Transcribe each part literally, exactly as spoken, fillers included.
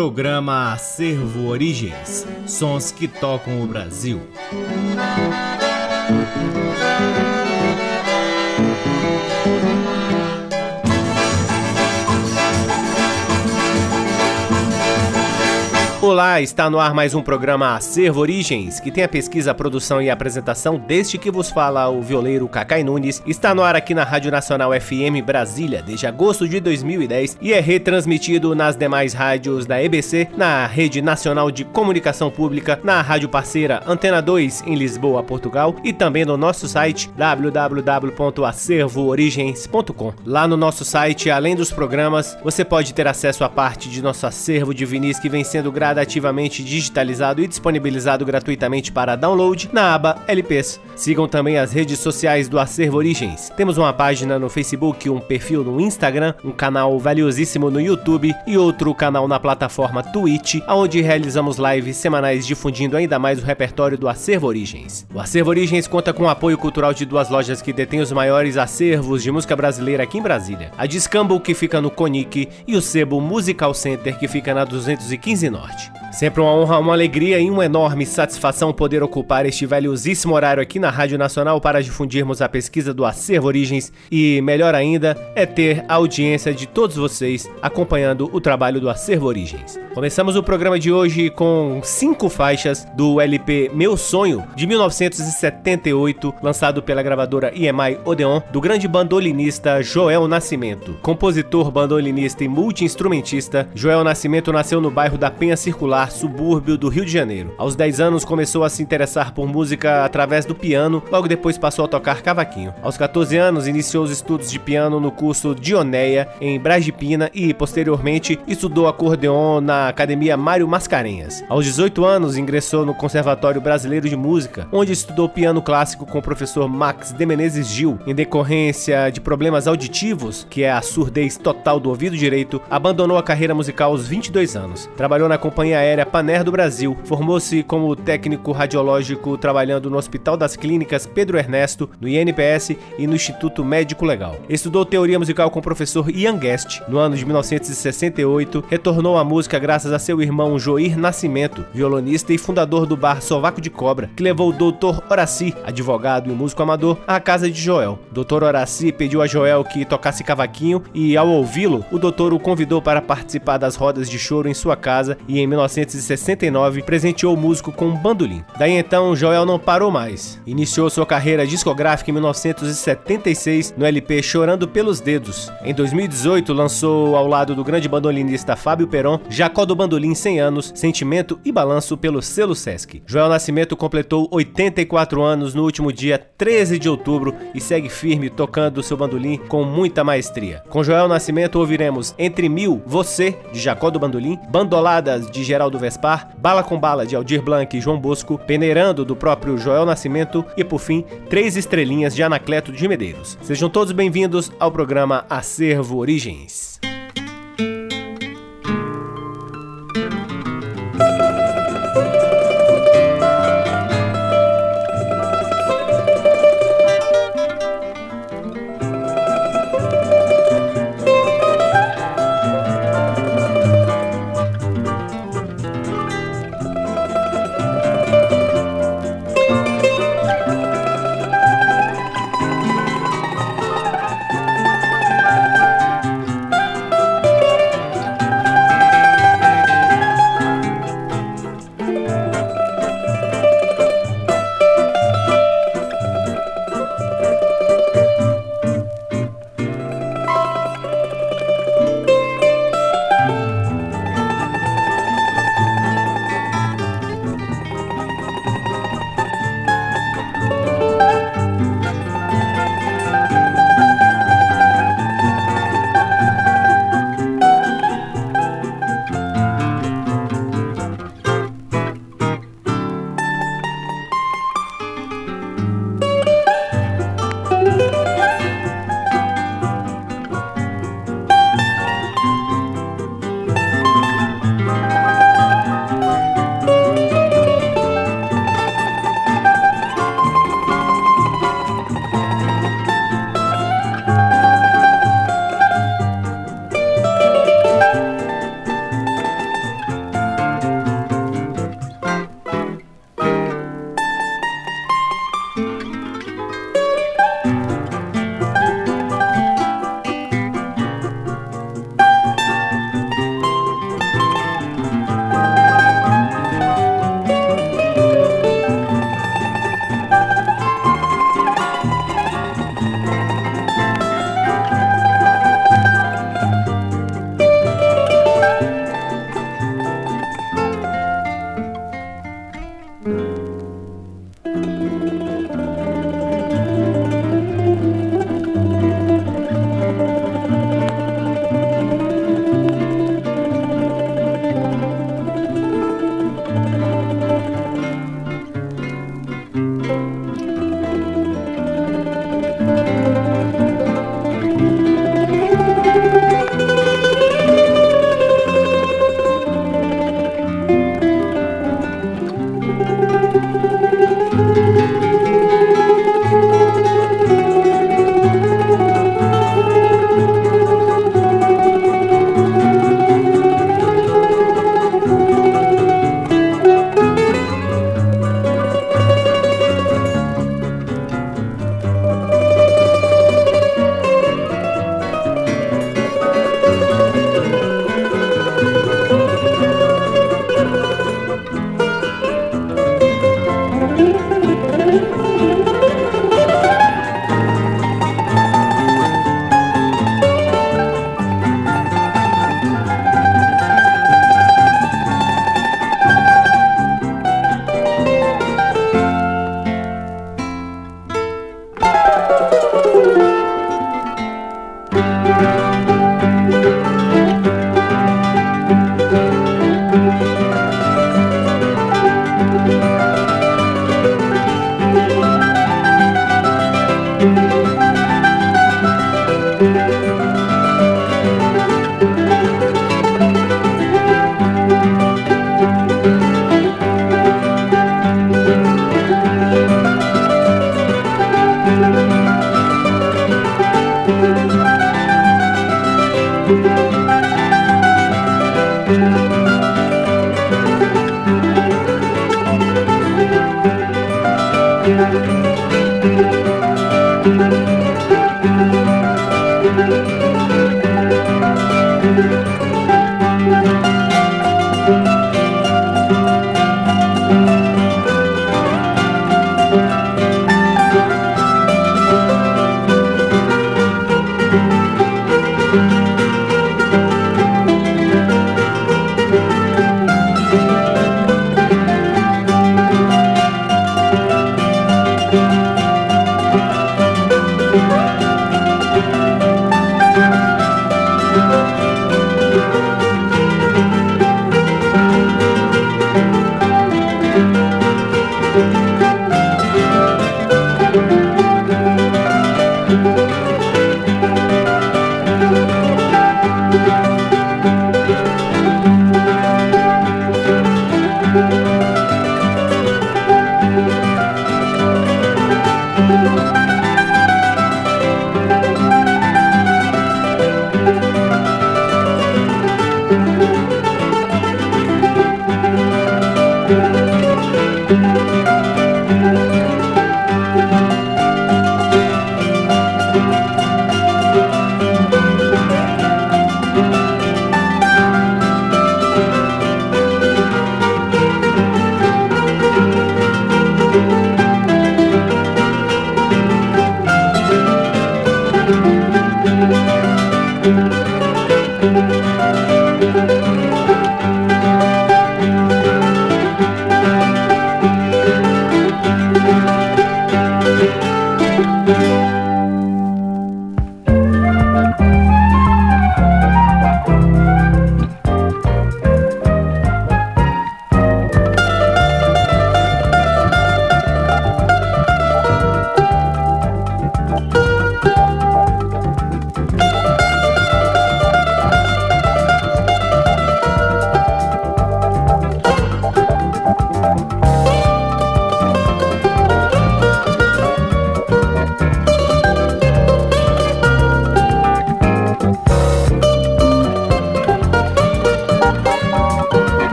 Programa Acervo Origens, sons que tocam o Brasil. Olá, está no ar mais um programa Acervo Origens, que tem a pesquisa, a produção e a apresentação deste que vos fala o violeiro Cacai Nunes. Está no ar aqui na Rádio Nacional F M Brasília desde agosto de dois mil e dez e é retransmitido nas demais rádios da E B C, na Rede Nacional de Comunicação Pública, na rádio parceira Antena dois em Lisboa, Portugal, e também no nosso site w w w ponto acervo origens ponto com. Lá no nosso site, além dos programas, você pode ter acesso a parte de nosso acervo de vinis que vem sendo gradativamente digitalizado e disponibilizado gratuitamente para download na aba L Ps. Sigam também as redes sociais do Acervo Origens. Temos uma página no Facebook, um perfil no Instagram, um canal valiosíssimo no YouTube e outro canal na plataforma Twitch, onde realizamos lives semanais difundindo ainda mais o repertório do Acervo Origens. O Acervo Origens conta com o apoio cultural de duas lojas que detêm os maiores acervos de música brasileira aqui em Brasília: a Discambo, que fica no Conic, e o Sebo Musical Center, que fica na duzentos e quinze Norte. Sempre uma honra, uma alegria e uma enorme satisfação poder ocupar este valiosíssimo horário aqui na Rádio Nacional para difundirmos a pesquisa do Acervo Origens e, melhor ainda, é ter a audiência de todos vocês acompanhando o trabalho do Acervo Origens. Começamos o programa de hoje com cinco faixas do L P Meu Sonho, de mil novecentos e setenta e oito, lançado pela gravadora E M I Odeon, do grande bandolinista Joel Nascimento. Compositor, bandolinista e multi-instrumentista, Joel Nascimento nasceu no bairro da Penha Circular, subúrbio do Rio de Janeiro. Aos dez anos começou a se interessar por música através do piano, logo depois passou a tocar cavaquinho. Aos catorze anos iniciou os estudos de piano no curso Dioneia, em Braz de Pina, e posteriormente estudou acordeon na Academia Mário Mascarenhas. Aos dezoito anos ingressou no Conservatório Brasileiro de Música, onde estudou piano clássico com o professor Max de Menezes Gil. Em decorrência de problemas auditivos, que é a surdez total do ouvido direito, abandonou a carreira musical aos vinte e dois anos. Trabalhou na Companhia Aérea Paner do Brasil, formou-se como técnico radiológico trabalhando no Hospital das Clínicas Pedro Ernesto, no I N P S e no Instituto Médico Legal. Estudou teoria musical com o professor Ian Guest. No ano de mil novecentos e sessenta e oito, retornou à música graças a seu irmão Joir Nascimento, violonista e fundador do bar Sovaco de Cobra, que levou o doutor Horaci, advogado e músico amador, à casa de Joel. doutor Horaci pediu a Joel que tocasse cavaquinho e, ao ouvi-lo, o doutor o convidou para participar das rodas de choro em sua casa e, em mil novecentos e sessenta e nove, presenteou o músico com um bandolim. Daí então, Joel não parou mais. Iniciou sua carreira discográfica em mil novecentos e setenta e seis no L P Chorando Pelos Dedos. Em dois mil e dezoito, lançou, ao lado do grande bandolinista Fábio Peron, Jacó do Bandolim cem anos, Sentimento e Balanço, pelo selo Sesc. Joel Nascimento completou oitenta e quatro anos no último dia treze de outubro e segue firme tocando seu bandolim com muita maestria. Com Joel Nascimento ouviremos Entre Mil, Você, de Jacó do Bandolim, Bandoladas, de Geraldo Vespar, Bala com Bala, de Aldir Blanc e João Bosco, Peneirando, do próprio Joel Nascimento e, por fim, Três Estrelinhas, de Anacleto de Medeiros. Sejam todos bem-vindos ao programa Acervo Origens.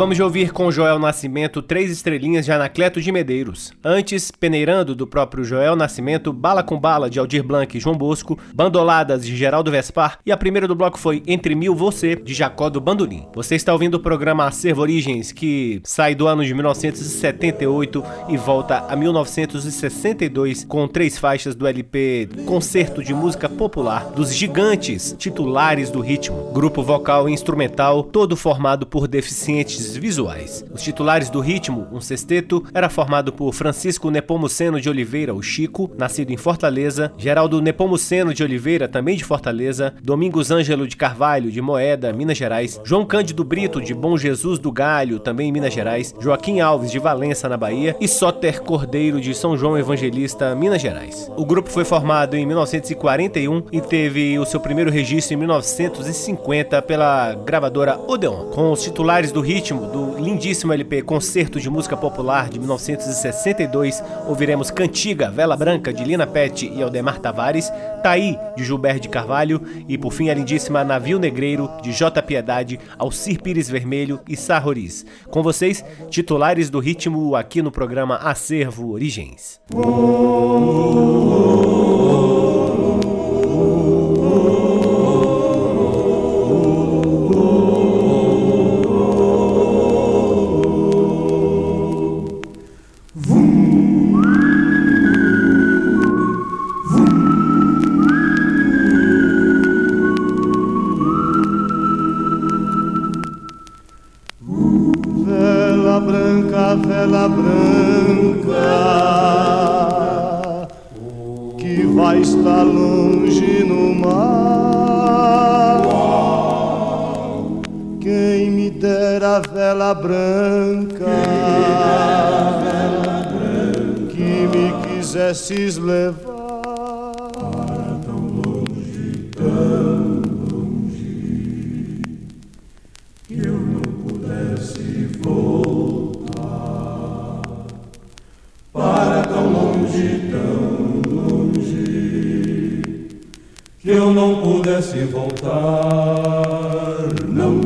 Acabamos de ouvir com Joel Nascimento Três Estrelinhas de Anacleto de Medeiros. Antes, Peneirando, do próprio Joel Nascimento, Bala com Bala, de Aldir Blanc e João Bosco, Bandoladas, de Geraldo Vespar, e a primeira do bloco foi Entre Mil Você, de Jacó do Bandolim. Você está ouvindo o programa Acervo Origens, que sai do ano de mil novecentos e setenta e oito e volta a mil novecentos e sessenta e dois com três faixas do L P Concerto de Música Popular dos Gigantes, Titulares do Ritmo, grupo vocal e instrumental, todo formado por deficientes visuais. Os Titulares do Ritmo, um sexteto, era formado por Francisco Nepomuceno de Oliveira, o Chico, nascido em Fortaleza, Geraldo Nepomuceno de Oliveira, também de Fortaleza, Domingos Ângelo de Carvalho, de Moeda, Minas Gerais, João Cândido Brito, de Bom Jesus do Galho, também em Minas Gerais, Joaquim Alves, de Valença, na Bahia, e Soter Cordeiro, de São João Evangelista, Minas Gerais. O grupo foi formado em mil novecentos e quarenta e um e teve o seu primeiro registro em mil novecentos e cinquenta pela gravadora Odeon. Com os Titulares do Ritmo, do lindíssimo L P Concerto de Música Popular de mil novecentos e sessenta e dois, ouviremos Cantiga, Vela Branca, de Lina Pet e Aldemar Tavares, Taí, de Gilberto de Carvalho, e por fim a lindíssima Navio Negreiro, de J. Piedade, Alcir Pires Vermelho e Sarroris. Com vocês, Titulares do Ritmo, aqui no programa Acervo Origens. Vela branca que vai estar longe no mar. Quem me dera a vela branca que me quisesses levar para tão longe, tão longe, que eu não pudesse voltar. Para tão longe, tão longe, que eu não pudesse voltar, não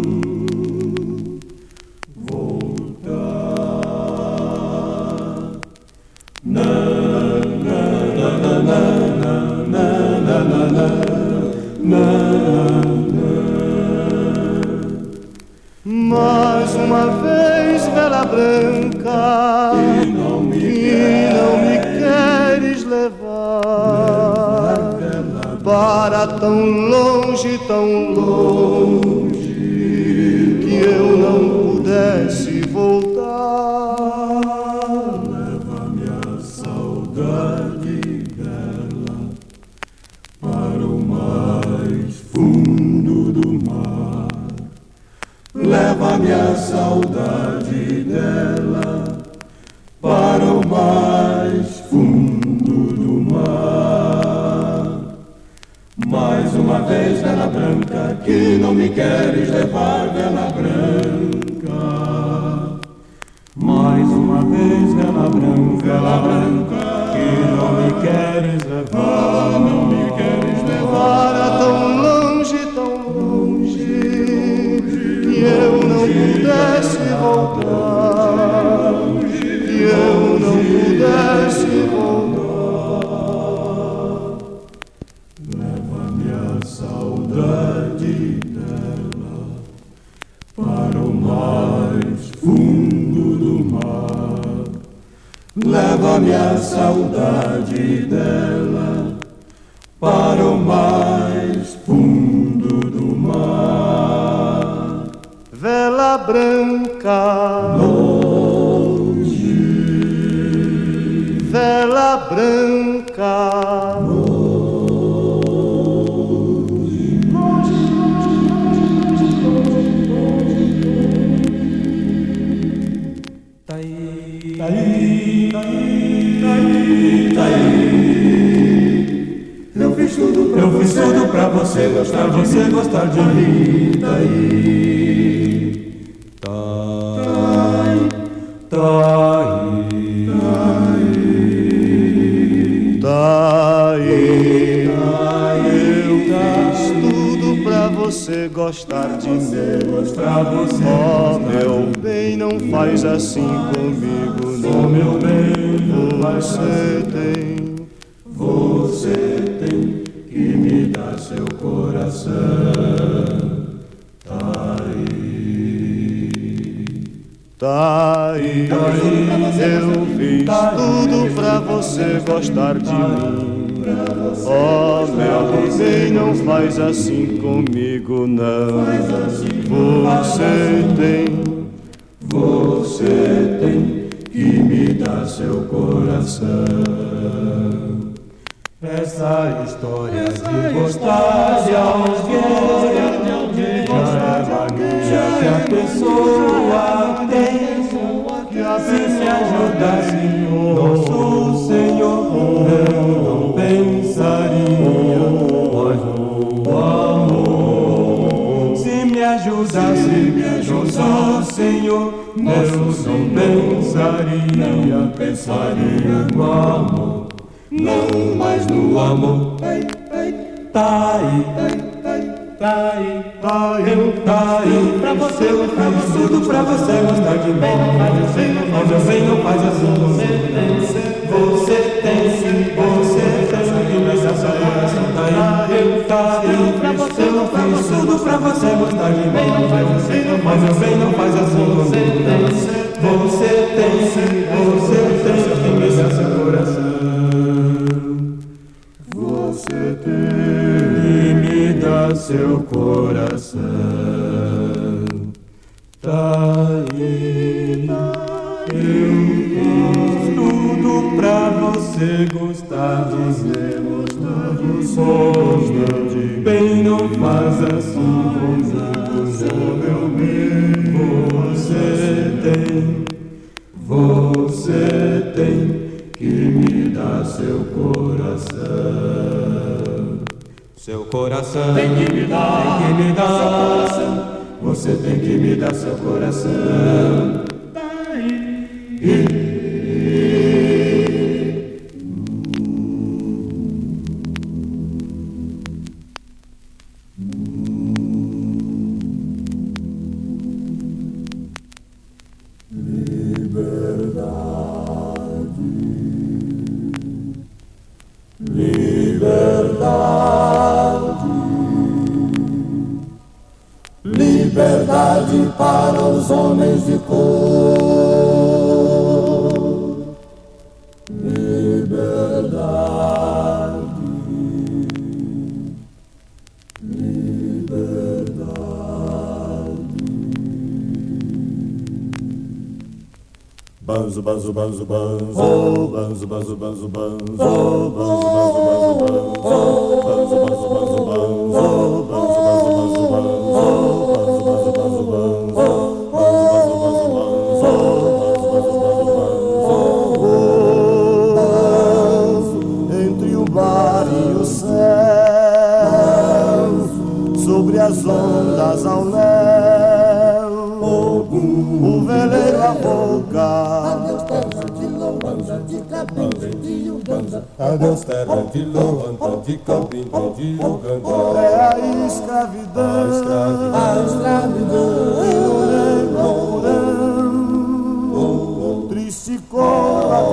voltar. Na, na, na, na, na, na, na, na, na, na. Mais uma vez, vela branca, que não me, que não me queres levar, levar para tão longe, tão longe, que eu não pudesse voltar. Leva-me a saudade dela para o mais fundo do mar. Leva-me a saudade dela para o mais fundo do mar. Mais uma vez, vela branca, que não me queres levar, vela branca. Mais uma vez, vela branca, vela branca, que não me queres levar, não me queres levar a tão longe, tão longe, que eu não pudesse voltar, que eu não pudesse voltar. Leva-me a saudade dela para o mais fundo do mar. Leva-me a saudade dela para o mais fundo do mar. Vela branca, longe, vela branca, longe, longe, Taí, taí, taí, taí. Eu fiz tudo pra, eu fiz você, tudo pra você gostar, pra você gostar de mim, Taí. Taí, Taí, Taí, Taí, eu fiz tudo pra você você gostar de mim. Oh, meu bem, não faz assim comigo, não. Meu bem, você tem, você tem que me dar seu coração. Tá aí, tá aí, tá aí. Eu fiz tudo pra você gostar de mim. Oh, meu bem, não faz assim comigo, não. Você tem, você tem que me dar seu coração. Essa história de gostar de alguém já é mania que a pessoa tem. Se me ajudasse, nosso Senhor, eu não pensaria no amor. Se me ajudasse, nosso Senhor, eu não pensaria, pensaria no amor. Não mais no amor. Tá aí, tá aí, tá aí, tá aí. Pra você, pra você, tudo pra você gostar de mim. Mas eu sei, não faz assim. Você tem, você tem, você tem que me dar seu coração. Tá aí, tá aí. Pra você, eu fiz tudo pra você gostar de mim. Mas eu sei, não faz assim. Você tem, você tem, você tem que me dar seu coração. Você tem que me dar seu coração. Tá aí, eu fiz tudo pra você gostar de mim. Oh, de bem, não faz assim comigo, meu bem. Você tem, você tem que me dar seu coração. Seu coração tem que me dar, tem que me dar seu coração. Você tem que me dar seu coração. E liberdade para os homens de cor. Liberdade, liberdade. Banzo, banzo, banzo, banzo, banzo, banzo, banzo, banzo, banzo, banzo, banzo, banzo, banzo, banzo, banzo, entre o mar e o céu, sobre as ondas ao léu, o veleiro a boca. Adeus terra de Luanda, de Cabinda, de Uganda. Adeus terra de Luanda, de Cabinda, de Uganda. É a escravidão, a escravidão, a escravidão que o negro triste cor a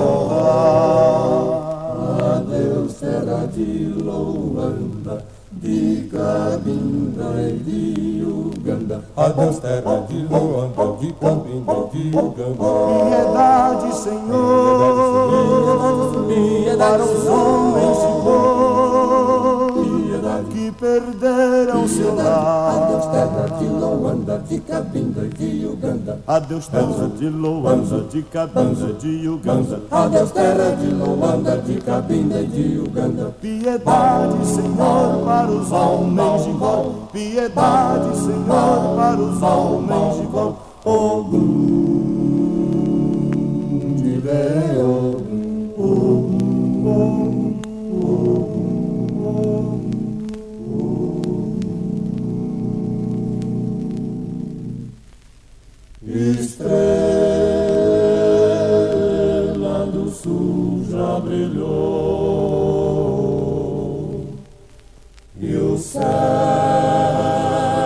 cantar. Adeus terra de Luanda, de Cabinda e de Uganda. Adeus terra de Luanda, de Cabinda e de Uganda. Piedade, Senhor, piedade para os homens de cor, piedade que perderam seu lar. Adeus terra de Luanda, de Cabinda e de Uganda. Adeus terra de Luanda, de Cabinda e de Uganda. Adeus terra de Luanda, de Cabinda e de Uganda. Piedade, Senhor, para os homens de cor. Piedade, Senhor, para os homens de cor. Ogum de Leão, Ogum, Ogum, Ogum, estrela do sul já brilhou e o céu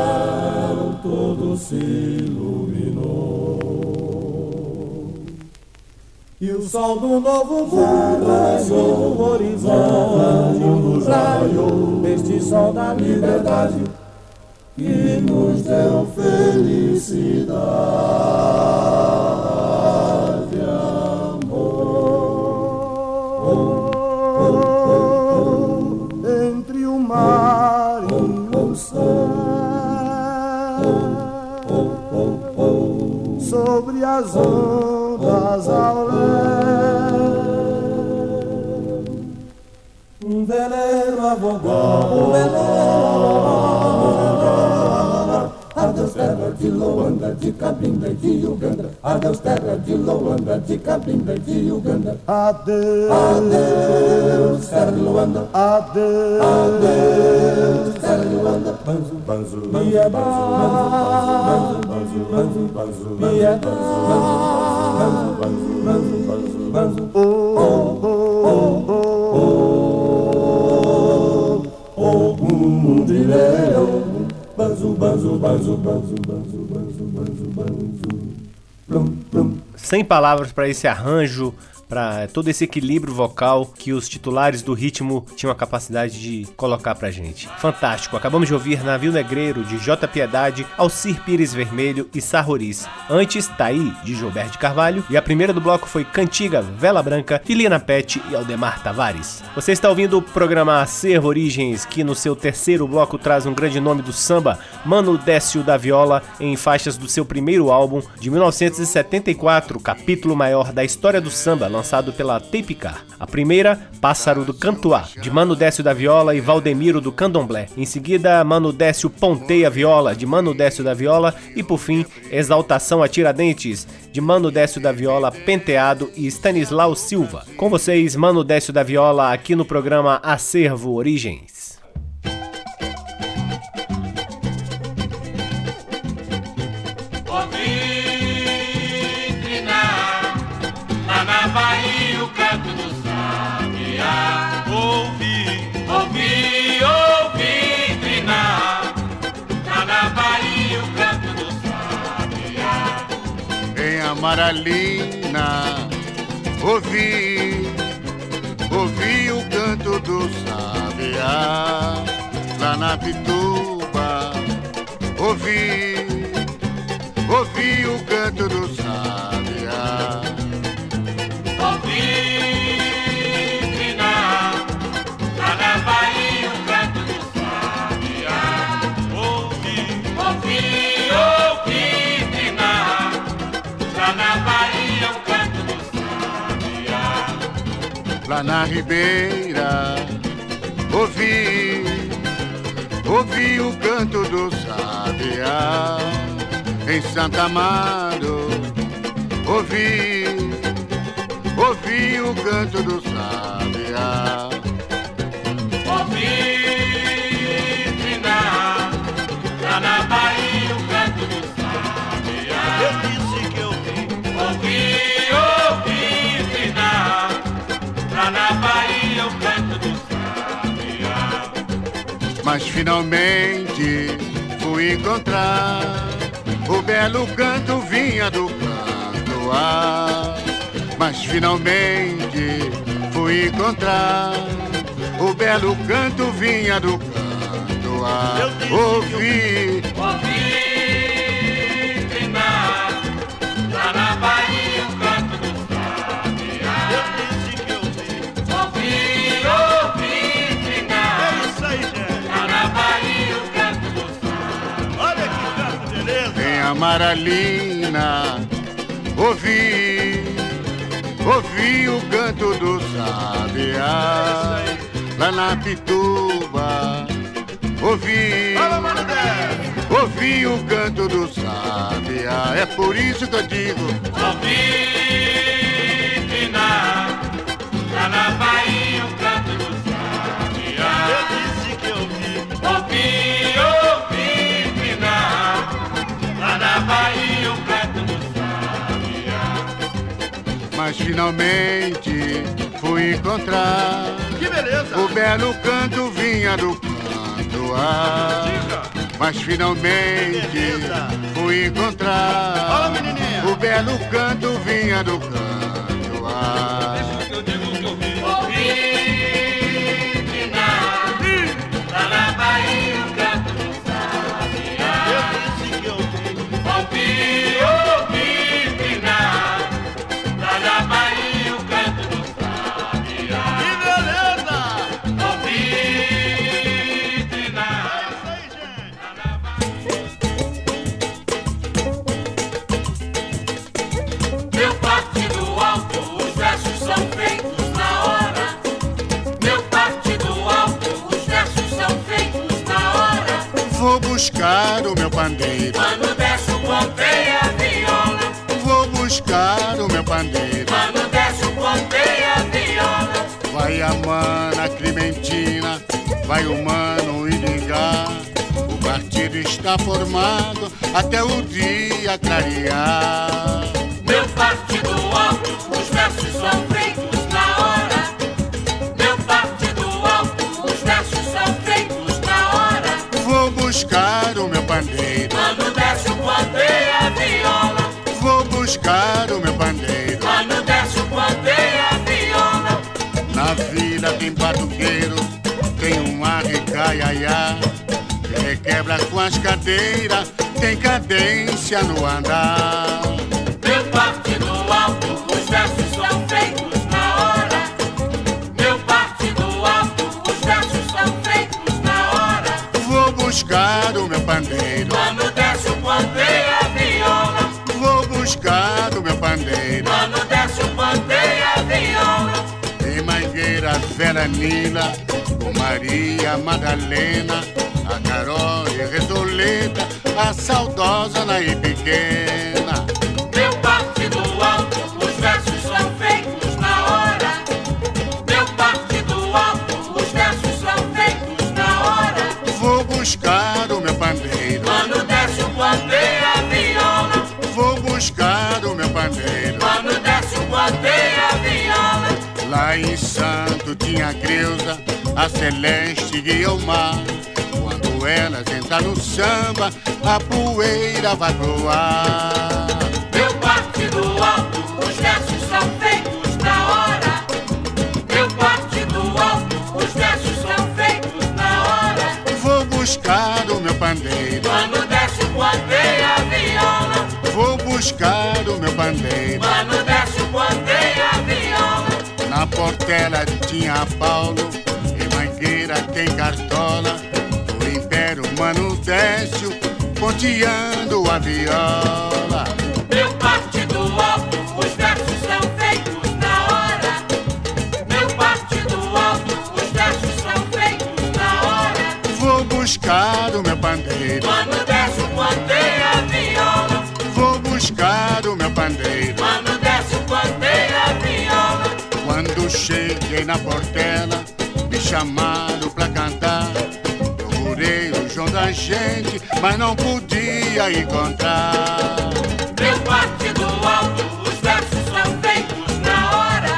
E o sol do novo mundo raiou no horizonte, nos raiou este sol da liberdade que nos deu felicidade, amor. Oh, oh, oh, entre o mar e o céu, oh, oh, oh, sobre as ondas ao léu, um veleiro a vogar, um veleiro adeus terra de Luanda, de Cabinda e de Uganda. Adeus terra de Luanda, de Cabinda e de Uganda. Adeus, adeus terra de Luanda. Adeus, adeus terra de Luanda. Banzo, banzo, banzo, banzo, banzo, banzo, banzo, banzo, banzo, banzo, oh, oh, oh, oh, oh, oh, banzo, banzo, banzo, banzo, banzo, banzo, banzo, banzo, plum, plum. Sem palavras para esse arranjo, para todo esse equilíbrio vocal que os titulares do ritmo tinham a capacidade de colocar pra gente. Fantástico. Acabamos de ouvir Navio Negreiro, de J. Piedade, Alcir Pires Vermelho e Sarroris. Antes, Taí, de Gilberto de Carvalho. E a primeira do bloco foi Cantiga, Vela Branca, de Lina Pet e Aldemar Tavares. Você está ouvindo o programa Acervo Origens, que no seu terceiro bloco traz um grande nome do samba, Mano Décio da Viola, em faixas do seu primeiro álbum, de mil novecentos e setenta e quatro, capítulo maior da história do samba, lançado pela Tapecar. A primeira, Pássaro do Cantuá, de Mano Décio da Viola e Valdemiro do Candomblé. Em seguida, Mano Décio Ponteia Viola, de Mano Décio da Viola. E por fim, Exaltação a Tiradentes, de Mano Décio da Viola, Penteado e Stanislau Silva. Com vocês, Mano Décio da Viola, aqui no programa Acervo Origens. Bahia, o canto do sabiá. Ouvi, ouvi, ouvi trinar. Lá na Bahia, o canto do sabiá. Em Amaralina, ouvi, ouvi o canto do sabiá. Lá na Pituba, ouvi, ouvi o canto do sabiá. Ouvi trinar, lá na Bahia o canto do sabiá. Ouvi, ouvi, ouvi trinar, lá na Bahia o canto do sabiá. Lá na Ribeira, ouvi, ouvi o canto do sabiá. Em Santa Amaro, ouvi, ouvi o canto do sabiá. Ouvi trinar, lá na Bahia o canto do sabiá. Eu disse que ouvi. Ouvi, ouvi trinar, lá na Bahia o canto do sabiá. Mas finalmente fui encontrar o belo canto vinha do canto ar. Mas finalmente fui encontrar o belo canto vinha do canto ar. Ouvi, ouvi trinar, lá na Bahia o canto do sabiá. Eu disse que ouvi. Ouvi, ouvi trinar. É isso aí, gente. Lá na Bahia o canto do sabiá. Olha que canto, beleza. Em Amaralina, ouvi, ouvi o canto do sabiá. Lá na Pituba, ouvi, ouvi o canto do sabiá. É por isso que eu digo, ouvi trinar, lá na Bahia o canto do sabiá. Eu disse que ouvi. Ouvi, ouvi trinar, lá na Bahia o canto do sabiá. mas finalmente fui encontrar. Que beleza! O belo canto vinha do canto ar. Mas finalmente fui encontrar. Fala, menininha. O belo canto vinha do canto ar. voar. Eu digo que eu vi. Ouvi pinar, lá na Bahia o canto do sabiá. Eu disse que eu vi. Ouvi, ouvi pinar, lá na Bahia o canto do sabiá. Que beleza! Ouvi pinar, É isso aí, gente. lá na Bahia. Meu partido alto, os versos são feitos na hora. Meu partido alto, os versos são feitos na hora. Vou buscar o meu pandeiro, Quando desce o ponteia a viola, vou buscar o meu pandeiro. quando desce o ponteia a viola. Vai a mana Clementina, vai o mano Iringá. O partido está formado até o dia clarear. Meu partido alto, os versos são feitos na hora. Meu partido alto, os versos são feitos na hora. Vou buscar o meu pandeiro, Quando desce o ponteia a viola, vou buscar o meu pandeiro. quando desce o ponteia a viola. Na vila tem batuqueiro, tem um arrecaiaiá, que requebra com as cadeiras, tem cadência no andar. Meu partido alto, os versos são feitos na hora. Meu partido alto, os versos são feitos na hora. Vou buscar o meu pandeiro, Quando desce o ponteia a viola, vou buscar o meu pandeiro. quando desce o ponteia a viola. Tem Mangueira, Vera Nila, com Maria Madalena, a Carol e Retoleta, a saudosa Naí Pequena. Meu partido alto, os versos são feitos na hora. Meu partido alto, os versos são feitos na hora. Vou buscar o meu pandeiro, Quando desce o ponteia a viola, vou buscar o meu pandeiro. quando desce o ponteia a viola. Lá em Santo tinha a Creuza, a Celeste e o mar. Quando elas entram no samba, a poeira vai pro ar. Meu partido alto, os versos são feitos na hora. Meu partido alto, os versos são feitos na hora. Vou buscar o meu pandeiro, Quando desce o ponteia a viola, vou buscar o meu pandeiro. quando desce o ponteia a viola. Na Portela tinha Paulo, em Mangueira tem Cartola. Do Império Mano Décio, ponteando a viola. Meu partido alto, os versos são feitos na hora. Meu partido alto, os versos são feitos na hora. Vou buscar o meu pandeiro, Quando desce o ponteia a viola, vou buscar o meu pandeiro. quando desce o ponteia a viola. Quando cheguei na Portela, me chamaram pra cantar. Procurei o João da gente, mas não podia encontrar. Meu partido alto, os versos são feitos na hora.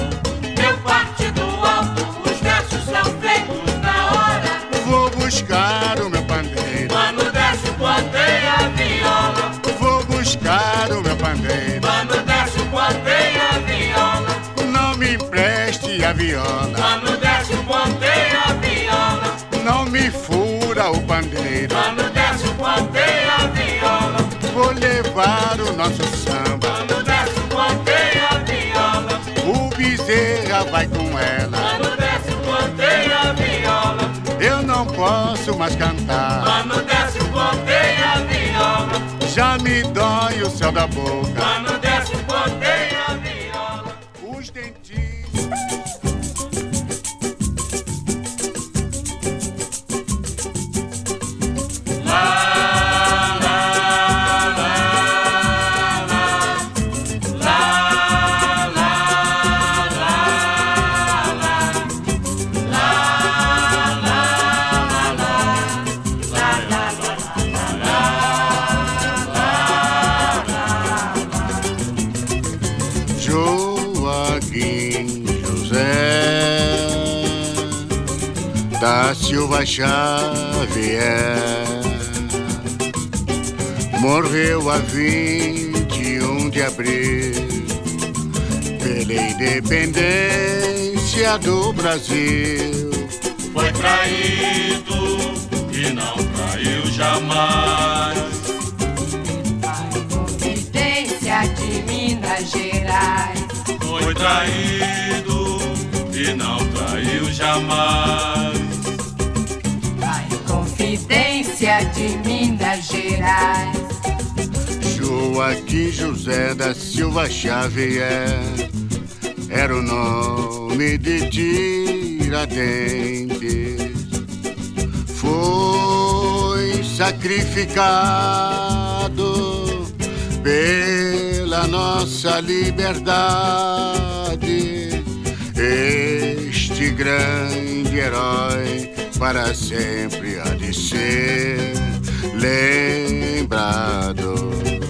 Meu partido alto, os versos são feitos na hora. Vou buscar o meu pandeiro, Quando desce o ponteia a viola, vou buscar o meu pandeiro. quando desce o ponteia a viola. Não me empreste a viola, Quando desce o ponteia a viola, não me fura o pandeiro. quando desce o ponteia a viola, Vou levar o nosso samba, quando desce o ponteia a viola, o Bezerra vai com ela. quando desce o ponteia a viola, Eu não posso mais cantar, quando desce o ponteia a viola, já me dói o céu da boca. quando desce o ponteia a viola. Os dentinhos. Joaquim José da Silva Xavier morreu a vinte e um de abril pela independência do Brasil. Foi traído e não traiu jamais. A Inconfidência de Minas Gerais. Foi traído e não traiu jamais. A Inconfidência de Minas Gerais. Joaquim José da Silva Xavier era o nome de Tiradentes. Foi sacrificado pela nossa liberdade. Este grande herói para sempre há de ser lembrado.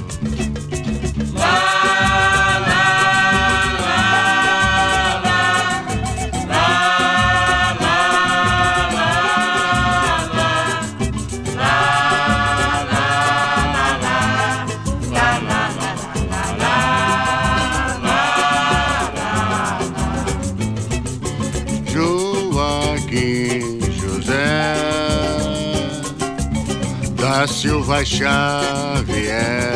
Joaquim José da Silva Xavier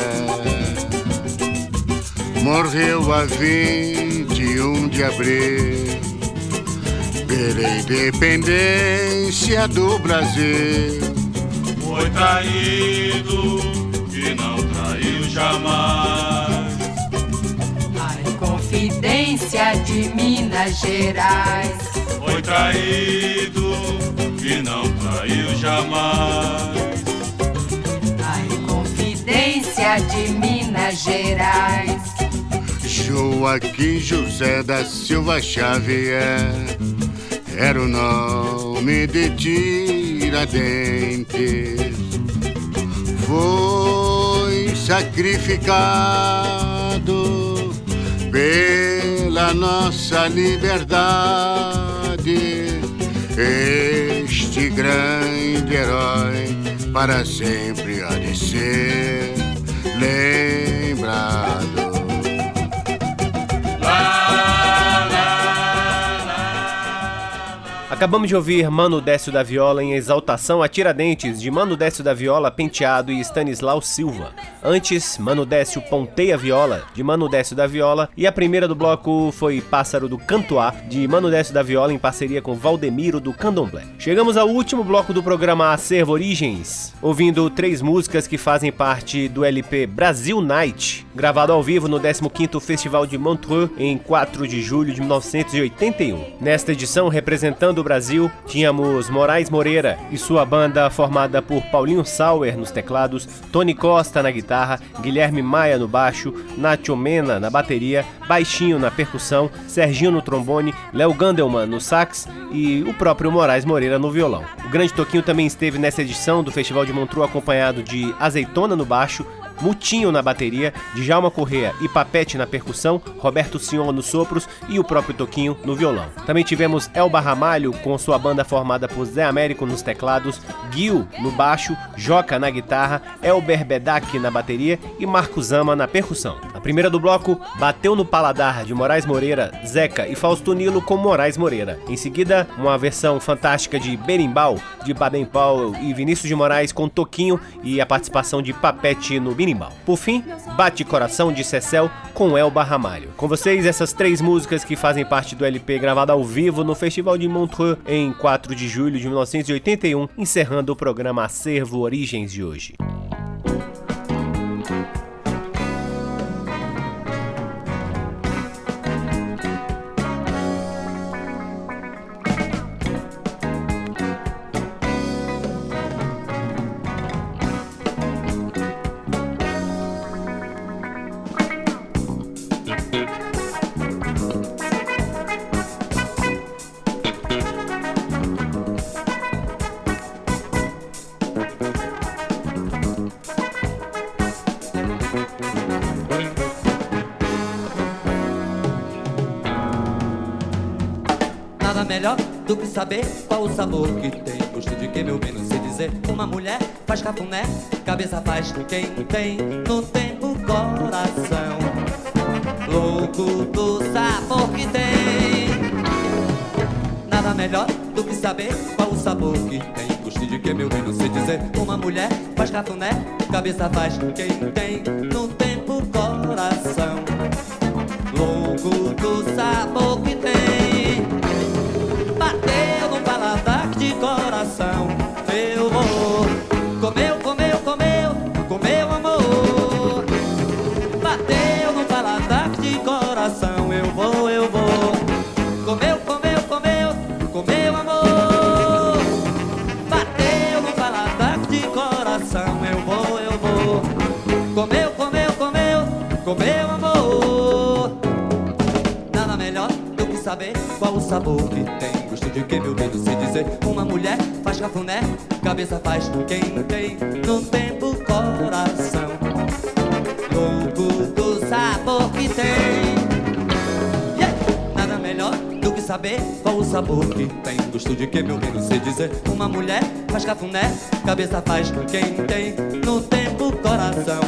morreu a vinte e um de abril pela independência do Brasil. Foi traído e não traiu jamais. A Inconfidência de Minas Gerais. Foi traído e não traiu jamais. A Inconfidência de Minas Gerais. Joaquim José da Silva Xavier era o nome de Tiradentes. Foi sacrificado pela nossa liberdade. Este grande herói para sempre há de ser lembrado. Acabamos de ouvir Mano Décio da Viola em Exaltação a Tiradentes, de Mano Décio da Viola, Penteado e Stanislau Silva. Antes, Mano Décio Ponteia Viola, de Mano Décio da Viola. E a primeira do bloco foi Pássaro do Cantuá, de Mano Décio da Viola, em parceria com Valdemiro do Candomblé. Chegamos ao último bloco do programa Acervo Origens, ouvindo três músicas que fazem parte do L P Brasil Night, gravado ao vivo no décimo quinto Festival de Montreux, em quatro de julho de mil novecentos e oitenta e um. Nesta edição, representando o Brasil, tínhamos Moraes Moreira e sua banda formada por Paulinho Sauer nos teclados, Tony Costa na guitarra, Guilherme Maia no baixo, Nacho Mena na bateria, Baixinho na percussão, Serginho no trombone, Léo Gandelman no sax e o próprio Moraes Moreira no violão. O Grande Toquinho também esteve nessa edição do Festival de Montreux acompanhado de Azeitona no baixo, Mutinho na bateria, Djalma Corrêa e Papete na percussão, Roberto Sion nos sopros e o próprio Toquinho no violão. Também tivemos Elba Ramalho com sua banda formada por Zé Américo nos teclados, Gil no baixo, Joca na guitarra, Elber Bedak na bateria e Marco Zama na percussão. A primeira do bloco, Bateu no Paladar, de Moraes Moreira, Zeca e Fausto Nilo com Moraes Moreira. Em seguida, uma versão fantástica de Berimbau, de Baden Powell e Vinícius de Moraes com Toquinho e a participação de Papete no berimbau. Por fim, Bate Coração, de Cecel com Elba Ramalho. Com vocês, essas três músicas que fazem parte do L P gravado ao vivo no Festival de Montreux em quatro de julho de mil novecentos e oitenta e um, encerrando o programa Acervo Origens de hoje. Melhor do que saber qual o sabor que tem gosto de que, meu bem, não sei dizer. Uma mulher faz cafuné, cabeça faz quem tem no tempo coração. louco do sabor que tem. Nada melhor do que saber qual o sabor que tem. Gostei de que meu bem, não sei dizer. Uma mulher faz cafuné, cabeça faz quem tem no tempo coração. Louco do sabor que tem. Bateu no paladar de coração. Eu vou. Comeu, comeu, comeu, comeu amor. Bateu no paladar de coração. Eu vou, eu vou. Comeu, comeu, comeu, comeu amor. Bateu no paladar de coração. Eu vou, eu vou. Comeu, comeu, comeu, comeu amor. Nada melhor do que saber qual o sabor que tem. Gosto de que meu dedo sei dizer. Uma mulher faz cafuné, cabeça faz quem tem no tempo coração. Louco do sabor que tem. Yeah! Nada melhor do que saber qual o sabor que tem. Gosto de que meu dedo sei dizer. Uma mulher faz cafuné, cabeça faz quem tem no tempo coração.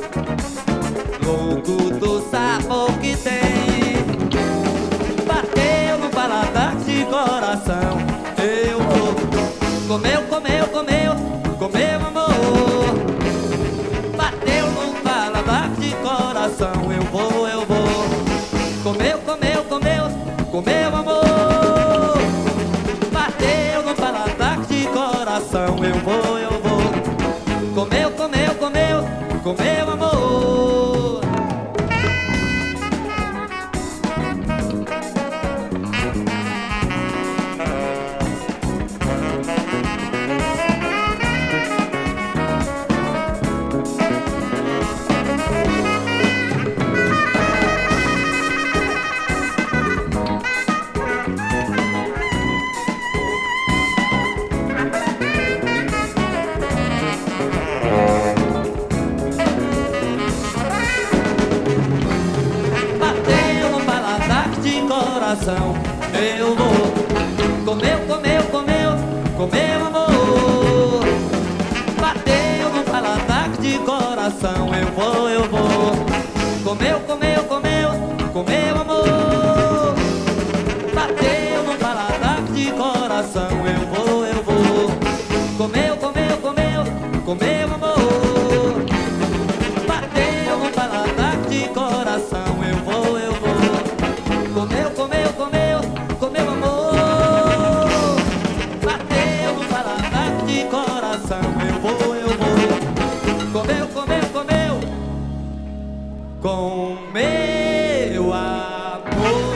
Louco do sabor que tem. Bateu no paladar de coração. Eu vou. Comeu, comeu, comeu, comeu amor. Bateu no paladar de coração. Eu vou, eu vou. Comeu, comeu, comeu, comeu amor. Bateu no paladar de coração. Eu vou, eu vou. Comeu, comeu, comeu, comeu amor. Eu vou. Comeu, comeu, comeu, comeu amor. Bateu no paladar de coração. Eu vou, eu vou. Comeu, comeu, comeu, comeu amor. Bateu no paladar de coração. Eu vou, eu vou. Comeu, comeu, comeu, comeu amor. Bateu no paladar de coração. Eu vou, eu vou. Comeu, comeu, comeu, comeu amor. Bateu no paladar de coração. Eu vou, eu vou. Comeu, comeu, comeu, comeu amor.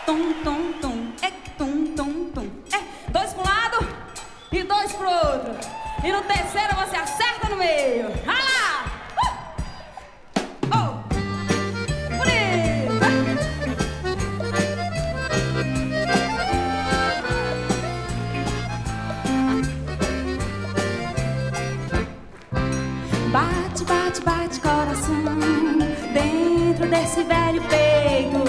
tum, tum, tum, é, tum, tum, tum. É, dois para um lado e dois pro outro. E no terceiro você acerta no meio. Vai lá! Uh! Oh! Bonito! Bate, bate, bate coração dentro desse velho peito.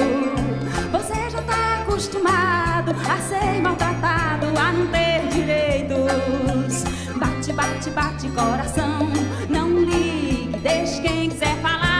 Você já tá acostumado a ser maltratado, a não ter direitos. Bate, bate, bate coração, não ligue, deixe quem quiser falar.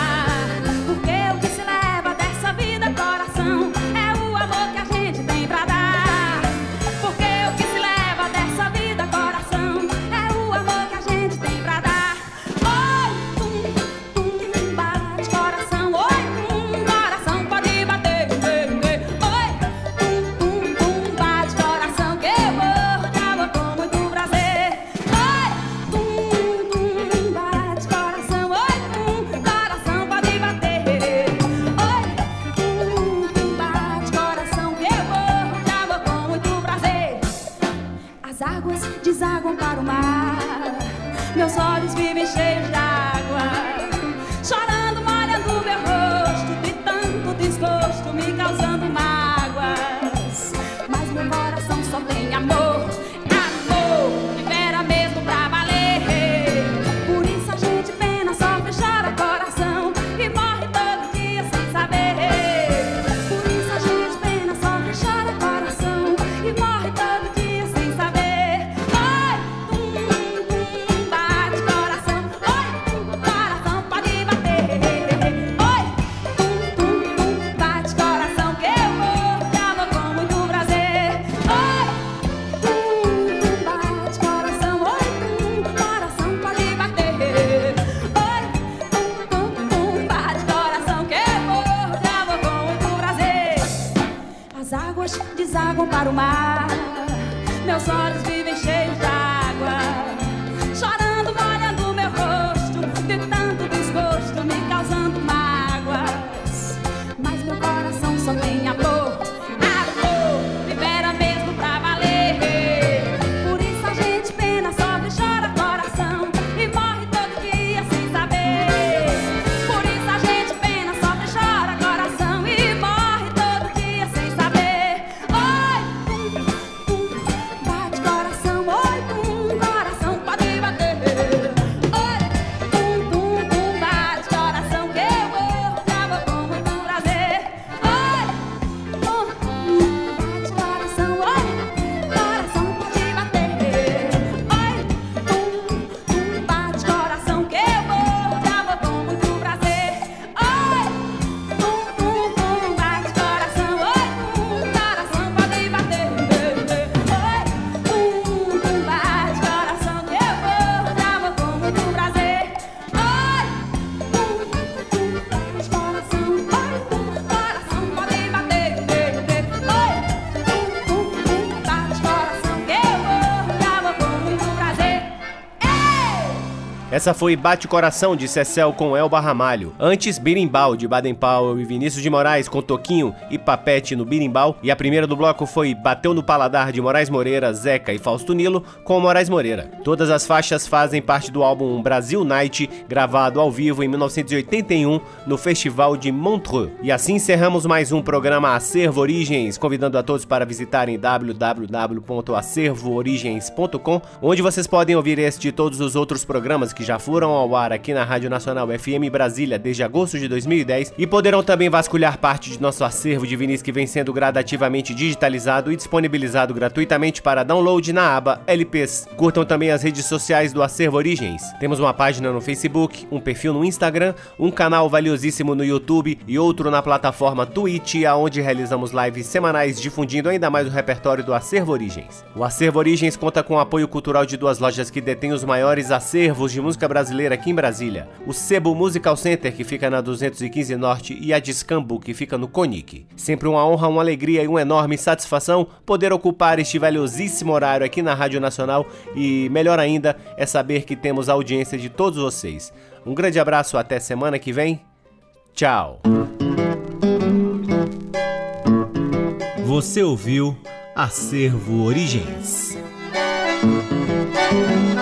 Porque o que se leva dessa vida, coração, é o amor que a gente tem pra dar. Porque o que se leva dessa vida, coração, é o amor que a gente tem pra dar. Oi, tum, tum, bate coração, oi, tum, coração, pode bater, oi, tum, tum, tum, bate coração, que eu vou, já vou com muito prazer. Oi, tum, tum, bate coração, oi, tum, coração, pode bater. Oi, tum, tum, bate coração, que eu vou, já vou com muito prazer. As águas desaguam para o mar, meus olhos vivem cheios d'água, chorando, molhando meu rosto, de tanto desgosto, me causando mágoas. Mas meu coração só tem amor, amor, libera mesmo pra valer. Por isso a gente pena, sofre, chora, coração, e morre todo dia sem saber. Por isso a gente pena, sofre, chora, coração, e morre todo dia sem saber. Oi, tum, tum, bate coração, oi, tum, coração, pode bater. Oi, tum, tum, tum, bate coração, que eu vou, já vou com muito prazer. Oi, tum, tum, bate coração, oi, tum, coração, pode bater. Oi, tum, tum, tum, bate coração, que eu vou, já vou com muito prazer. As águas desaguam para o mar, meus olhos vivem cheios d'água, chorando, molhando meu rosto, de tanto desgosto, me causando mágoas. Mas meu coração só tem amor, amor, libera mesmo pra valer. Por isso a gente pena, sofre, chora, coração, e morre todo dia sem saber. Por isso a gente pena, sofre, chora, coração, e morre todo dia sem saber. Oi, tum, tum, bate coração, oi, tum, coração, pode bater. Oi, tum, tum, tum, bate coração, que eu vou, já vou com muito prazer. Oi, tum, tum, bate coração, oi, coração, pode bater. Oi, tum, tum, bate coração, que eu vou, já vou com muito prazer. Oi, tum, tum, tum, bate coração, oi, tum, coração, pode bater. Oi, tum, tum, bate coração, que eu vou, já vou com muito prazer. Oi, tum, tum, bate coração, oi, tum, coração, pode bater. Oi, tum, tum, tum, bate coração, que eu vou, já vou com muito prazer. Ei! Essa foi Bate Coração, de Cecel com Elba Ramalho. Antes, Birimbau, de Baden Powell e Vinícius de Moraes, com Toquinho e Papete no Birimbau. E a primeira do bloco foi Bateu no Paladar, de Moraes Moreira, Zeca e Fausto Nilo, com Moraes Moreira. Todas as faixas fazem parte do álbum Brasil Night, gravado ao vivo em mil novecentos e oitenta e um, no Festival de Montreux. E assim encerramos mais um programa Acervo Origens, convidando a todos para visitarem w w w ponto acervo origens ponto com, onde vocês podem ouvir este e todos os outros programas que já foram ao ar aqui na Rádio Nacional F M Brasília desde agosto de dois mil e dez, e poderão também vasculhar parte de nosso acervo de vinis que vem sendo gradativamente digitalizado e disponibilizado gratuitamente para download na aba L Ps. Curtam também as redes sociais do Acervo Origens. Temos uma página no Facebook, um perfil no Instagram, um canal valiosíssimo no YouTube e outro na plataforma Twitch, aonde realizamos lives semanais difundindo ainda mais o repertório do Acervo Origens. O Acervo Origens conta com o apoio cultural de duas lojas que detêm os maiores acervos de música brasileira aqui em Brasília: o Sebo Musical Center, que fica na duzentos e quinze Norte, e a Discambo, que fica no Conic. Sempre uma honra, uma alegria e uma enorme satisfação poder ocupar este valiosíssimo horário aqui na Rádio Nacional, e melhor ainda é saber que temos a audiência de todos vocês. Um grande abraço, até semana que vem. Tchau. Você ouviu Acervo Origens.